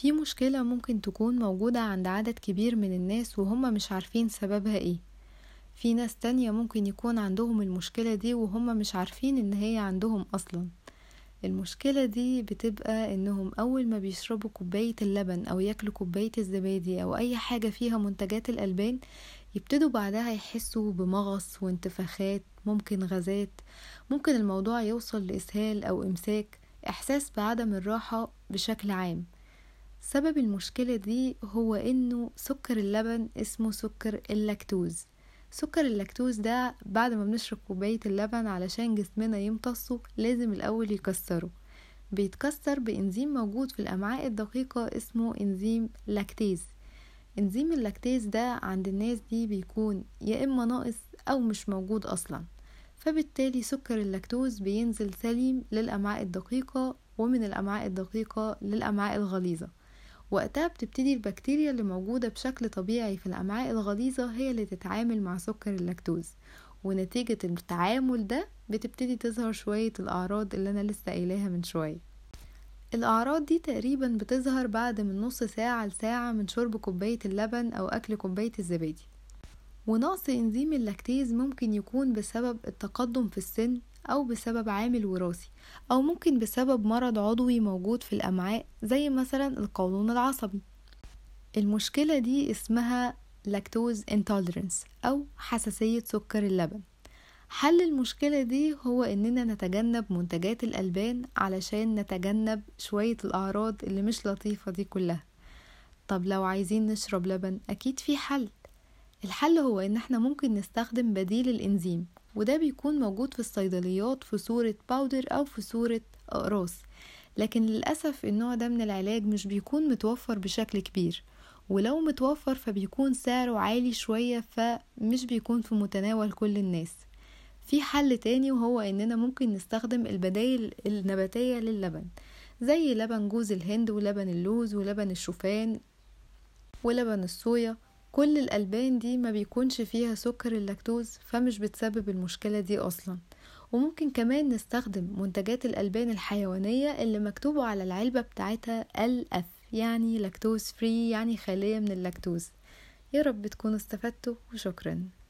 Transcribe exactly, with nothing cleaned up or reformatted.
في مشكلة ممكن تكون موجودة عند عدد كبير من الناس وهم مش عارفين سببها ايه. في ناس تانية ممكن يكون عندهم المشكلة دي وهم مش عارفين ان هي عندهم اصلا. المشكلة دي بتبقى انهم اول ما بيشربوا كوباية اللبن او ياكلوا كوباية الزبادي او اي حاجة فيها منتجات الالبان، يبتدوا بعدها يحسوا بمغص وانتفاخات، ممكن غازات، ممكن الموضوع يوصل لإسهال او امساك، احساس بعدم الراحة بشكل عام. سبب المشكلة دي هو انه سكر اللبن اسمه سكر اللاكتوز. سكر اللاكتوز ده بعد ما بنشرب كوباية اللبن علشان جسمنا يمتصه لازم الاول يكسره. بيتكسر بانزيم موجود في الامعاء الدقيقة اسمه انزيم لاكتيز. انزيم اللاكتيز ده عند الناس دي بيكون يا اما ناقص او مش موجود اصلا، فبالتالي سكر اللاكتوز بينزل سليم للامعاء الدقيقة، ومن الامعاء الدقيقة للامعاء الغليظة. وقتها بتبتدي البكتيريا اللي موجودة بشكل طبيعي في الأمعاء الغليظة هي اللي تتعامل مع سكر اللاكتوز، ونتيجة التعامل ده بتبتدي تظهر شوية الأعراض اللي أنا لسه قايلاها من شوية. الأعراض دي تقريبا بتظهر بعد من نص ساعة لساعة من شرب كوباية اللبن أو أكل كوباية الزبادي. ونقص إنزيم اللاكتيز ممكن يكون بسبب التقدم في السن، أو بسبب عامل وراثي، أو ممكن بسبب مرض عضوي موجود في الأمعاء زي مثلا القولون العصبي. المشكلة دي اسمها لاكتوز انتوليرنس أو حساسية سكر اللبن. حل المشكلة دي هو إننا نتجنب منتجات الألبان علشان نتجنب شوية الأعراض اللي مش لطيفة دي كلها. طب لو عايزين نشرب لبن أكيد في حل. الحل هو إن احنا ممكن نستخدم بديل الإنزيم، وده بيكون موجود في الصيدليات في صورة باودر أو في صورة أقراص. لكن للأسف النوع ده من العلاج مش بيكون متوفر بشكل كبير، ولو متوفر فبيكون سعره عالي شوية، فمش بيكون في متناول كل الناس. في حل تاني وهو إننا ممكن نستخدم البدائل النباتية للبن، زي لبن جوز الهند ولبن اللوز ولبن الشوفان ولبن الصويا. كل الألبان دي ما بيكونش فيها سكر اللاكتوز، فمش بتسبب المشكلة دي أصلا. وممكن كمان نستخدم منتجات الألبان الحيوانية اللي مكتوبة على العلبة بتاعتها ال اف، يعني لاكتوز فري، يعني خالية من اللاكتوز. يا رب تكونوا استفدتوا، وشكرا.